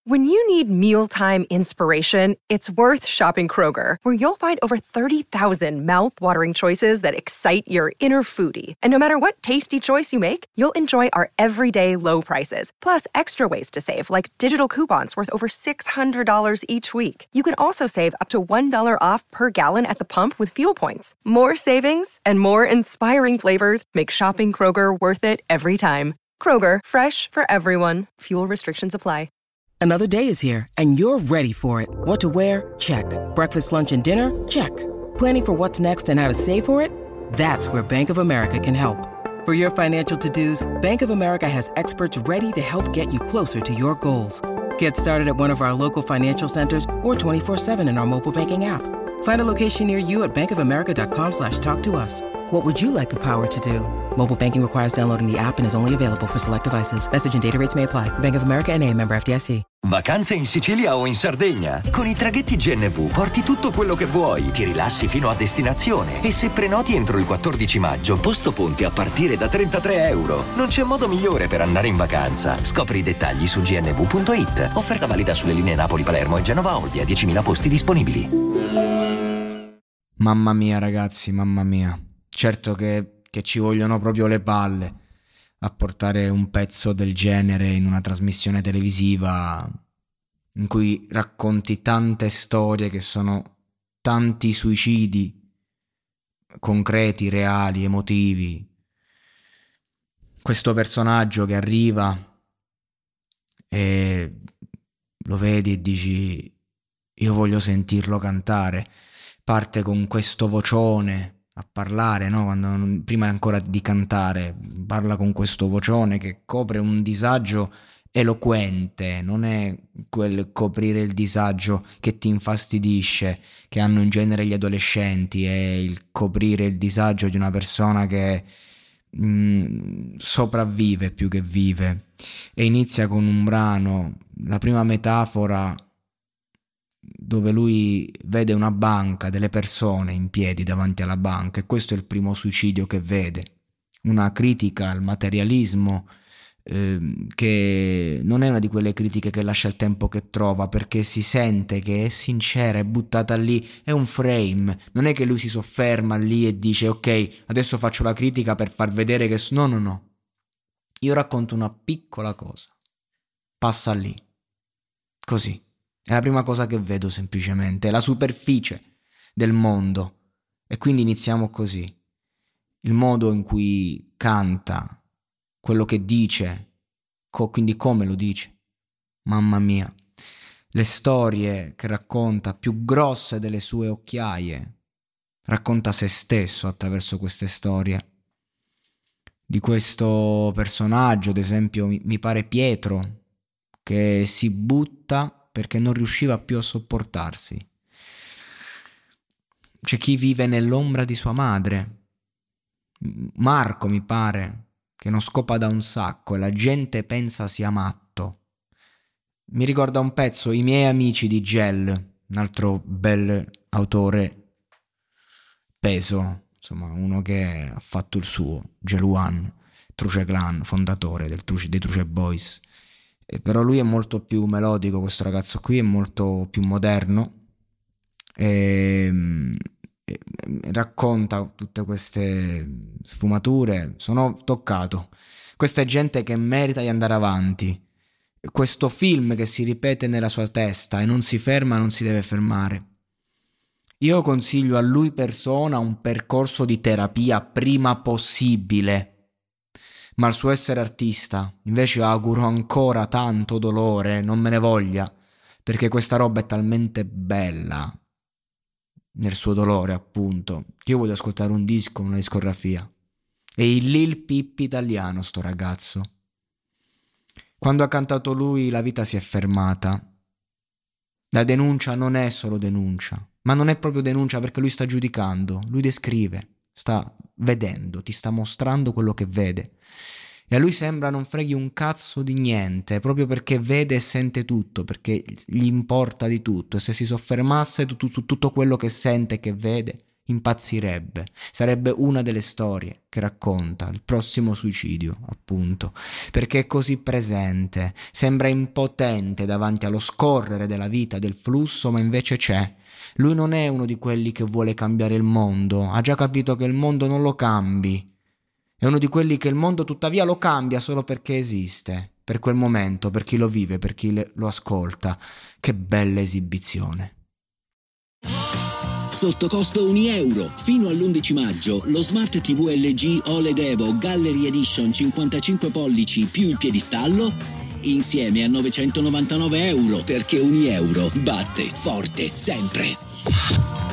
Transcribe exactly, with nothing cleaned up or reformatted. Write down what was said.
When you need mealtime inspiration, it's worth shopping Kroger, where you'll find over thirty thousand mouth-watering choices that excite your inner foodie. And no matter what tasty choice you make, you'll enjoy our everyday low prices, plus extra ways to save, like digital coupons worth over six hundred dollars each week. You can also save up to one dollar off per gallon at the pump with fuel points. More savings and more inspiring flavors make shopping Kroger worth it every time. Kroger, fresh for everyone. Fuel restrictions apply. Another day is here, and you're ready for it. What to wear? Check. Breakfast, lunch, and dinner? Check. Planning for what's next and how to save for it? That's where Bank of America can help. For your financial to-dos, Bank of America has experts ready to help get you closer to your goals. Get started at one of our local financial centers or twenty-four seven in our mobile banking app. Find a location near you at bankofamerica.com slash talk to us. What would you like the power to do? Mobile banking requires downloading the app and is only available for select devices. Message and data rates may apply. Bank of America N A, member F D I C. Vacanze in Sicilia o in Sardegna? Con i traghetti G N V porti tutto quello che vuoi, ti rilassi fino a destinazione e se prenoti entro il quattordici maggio, posto ponti a partire da trentatré euro. Non c'è modo migliore per andare in vacanza. Scopri i dettagli su g n v punto i t. Offerta valida sulle linee Napoli-Palermo e Genova-Olbia, diecimila posti disponibili. Mamma mia ragazzi, mamma mia. Certo che, che ci vogliono proprio le palle a portare un pezzo del genere in una trasmissione televisiva in cui racconti tante storie che sono tanti suicidi concreti, reali, emotivi. Questo personaggio che arriva e lo vedi e dici io voglio sentirlo cantare, parte con questo vocione a parlare, no? Quando, prima ancora di cantare, parla con questo vocione che copre un disagio eloquente, non è quel coprire il disagio che ti infastidisce, che hanno in genere gli adolescenti, è il coprire il disagio di una persona che mh, sopravvive più che vive. E inizia con un brano, la prima metafora dove lui vede una banca, delle persone in piedi davanti alla banca, e questo è il primo suicidio che vede, una critica al materialismo eh, che non è una di quelle critiche che lascia il tempo che trova, perché si sente che è sincera, è buttata lì, è un frame, non è che lui si sofferma lì e dice ok, adesso faccio la critica per far vedere che... no no no, io racconto una piccola cosa, passa lì, così. È la prima cosa che vedo semplicemente, è la superficie del mondo. E quindi iniziamo così. Il modo in cui canta, quello che dice, co- quindi come lo dice. Mamma mia. Le storie che racconta, più grosse delle sue occhiaie. Racconta se stesso attraverso queste storie. Di questo personaggio, ad esempio, mi, mi pare Pietro, che si butta perché non riusciva più a sopportarsi. C'è chi vive nell'ombra di sua madre. Marco, mi pare, che non scopa da un sacco e la gente pensa sia matto. Mi ricorda un pezzo I miei amici di Gel, un altro bel autore peso, insomma, uno che ha fatto il suo, Gel One, Truce Clan, fondatore del Truce, dei Truce Boys. E però lui è molto più melodico, questo ragazzo qui è molto più moderno e, e, e racconta tutte queste sfumature. Sono toccato. Questa è gente che merita di andare avanti. Questo film che si ripete nella sua testa e non si ferma, non si deve fermare. Io consiglio a lui persona un percorso di terapia prima possibile. Ma al suo essere artista invece auguro ancora tanto dolore, non me ne voglia, perché questa roba è talmente bella nel suo dolore, appunto, che io voglio ascoltare un disco, una discografia. È il Lil Peep italiano sto ragazzo. Quando ha cantato lui la vita si è fermata. La denuncia non è solo denuncia, ma non è proprio denuncia perché lui sta giudicando, lui descrive, sta vedendo, ti sta mostrando quello che vede. E a lui sembra non freghi un cazzo di niente, proprio perché vede e sente tutto, perché gli importa di tutto. E se si soffermasse su tutto quello che sente e che vede, impazzirebbe. Sarebbe una delle storie che racconta il prossimo suicidio, appunto, perché è così presente, sembra impotente davanti allo scorrere della vita, del flusso, ma invece c'è. Lui non è uno di quelli che vuole cambiare il mondo, ha già capito che il mondo non lo cambi. È uno di quelli che il mondo tuttavia lo cambia solo perché esiste, per quel momento, per chi lo vive, per chi le, lo ascolta. Che bella esibizione. Sotto costo un euro. Fino all'undici maggio lo Smart tivù L G O L E D Evo Gallery Edition cinquantacinque pollici più il piedistallo insieme a novecentonovantanove euro, perché un euro batte forte sempre.